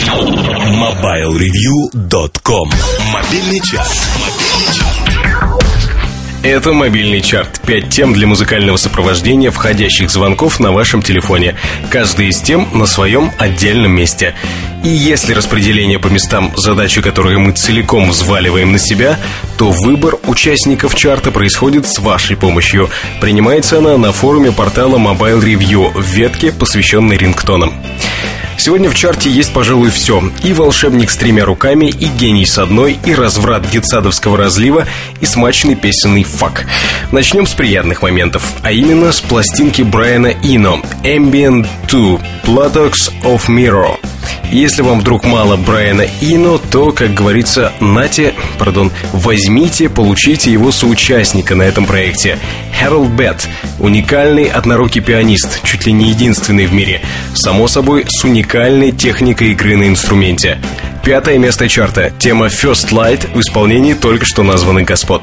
MobileReview.com. Мобильный час. Это мобильный чарт. 5 тем для музыкального сопровождения входящих звонков на вашем телефоне. Каждая из тем на своем отдельном месте. И если распределение по местам задача, которую мы целиком взваливаем на себя, то выбор участников чарта происходит с вашей помощью. Принимается она на форуме портала Mobile Review в ветке, посвященной рингтонам. Сегодня в чарте есть, пожалуй, все. И волшебник с 3 руками, и гений с одной, и разврат детсадовского разлива, и смачный песенный фак. Начнем с приятных моментов, а именно с пластинки Брайана Ино «Ambient 2. Buttocks of Mirror». Если вам вдруг мало Брайана Ино, то, как говорится, возьмите, получите его соучастника на этом проекте. Хэролд Бетт, уникальный однорукий пианист, чуть ли не единственный в мире, само собой, с уникальной техникой игры на инструменте. 5 место чарта, тема First Light в исполнении только что названных господ.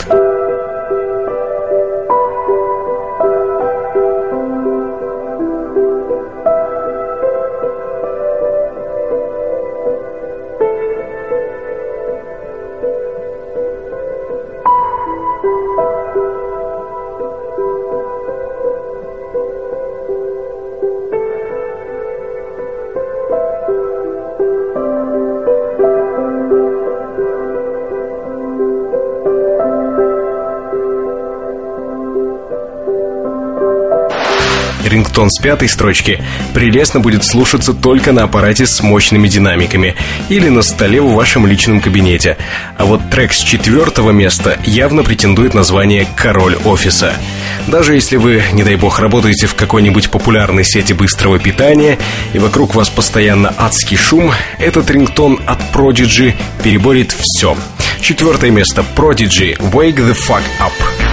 Рингтон с 5 строчки прелестно будет слушаться только на аппарате с мощными динамиками или на столе в вашем личном кабинете. А вот трек с 4 места явно претендует на звание «Король офиса». Даже если вы, не дай бог, работаете в какой-нибудь популярной сети быстрого питания и вокруг вас постоянно адский шум, этот рингтон от Prodigy переборет все. 4 место Prodigy «Wake the Fuck Up».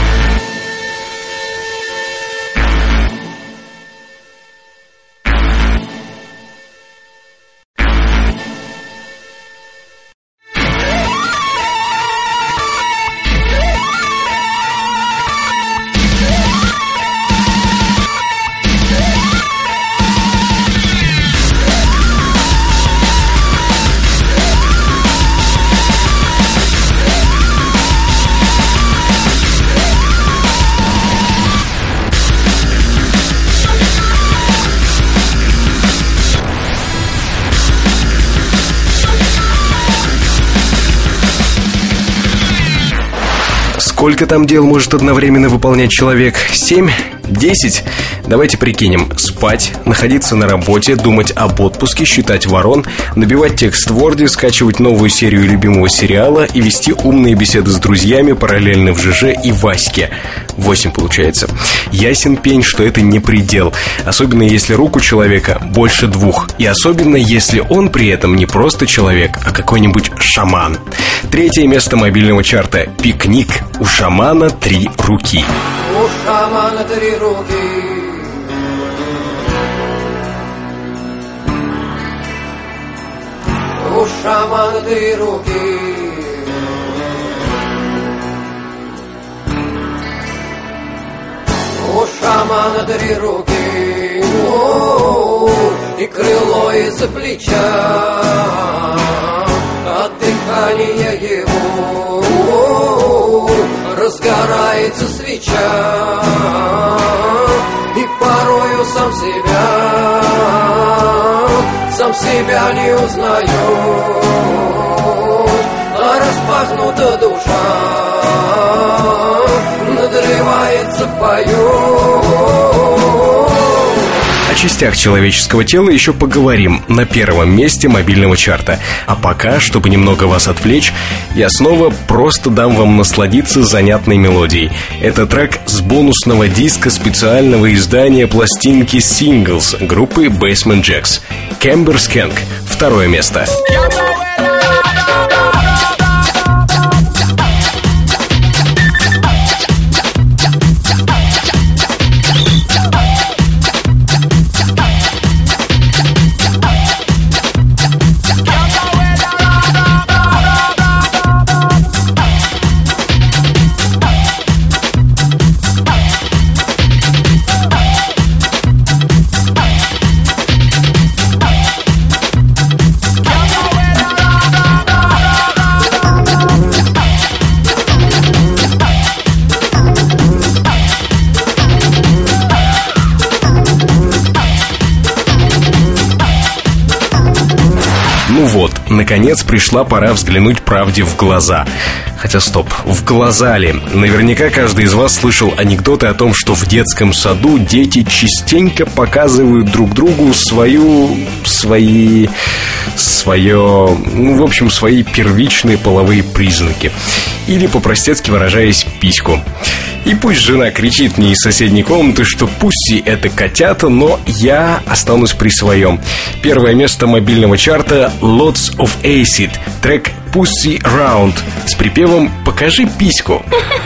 Сколько там дел может одновременно выполнять человек? 7? 10? Давайте прикинем. Спать, находиться на работе, думать об отпуске, считать ворон, набивать текст в Word, скачивать новую серию любимого сериала и вести умные беседы с друзьями параллельно в ЖЖ и Ваське. 8 получается. Ясен пень, что это не предел. Особенно если рук у человека больше 2. И особенно если он при этом не просто человек, а какой-нибудь шаман. 3 место мобильного чарта. Пикник. У шамана 3 руки. У шамана 3 руки. У шамана 3 руки. У шамана 3 руки. И крыло из-за плеча. От дыхания его разгорается свеча. И порою сам себя не узнаю. А распахнута душа, надрывается, поет. О частях человеческого тела еще поговорим на 1 месте мобильного чарта. А пока, чтобы немного вас отвлечь, я снова просто дам вам насладиться занятной мелодией. Это трек с бонусного диска специального издания пластинки Singles группы Basement Jaxx. Camber Skank. 2 место. Ну вот, наконец пришла пора взглянуть правде в глаза. Хотя стоп, в глаза ли? Наверняка каждый из вас слышал анекдоты о том, что в детском саду дети частенько показывают друг другу свои первичные половые признаки. Или, по-простецки выражаясь, письку. И пусть жена кричит мне из соседней комнаты, что пусси — это котята, но я останусь при своем. Первое место мобильного чарта — Lots of Acid, трек Pussy Round с припевом «Покажи письку».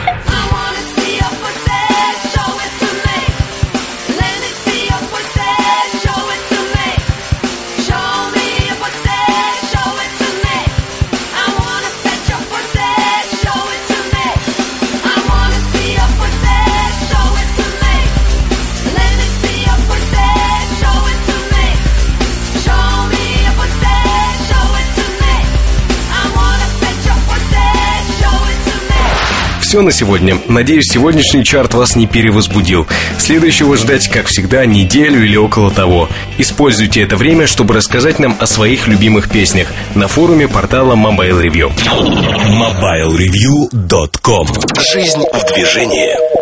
Все на сегодня. Надеюсь, сегодняшний чарт вас не перевозбудил. Следующего ждать, как всегда, неделю или около того. Используйте это время, чтобы рассказать нам о своих любимых песнях на форуме портала Mobile Review. MobileReview.com. Жизнь в движении.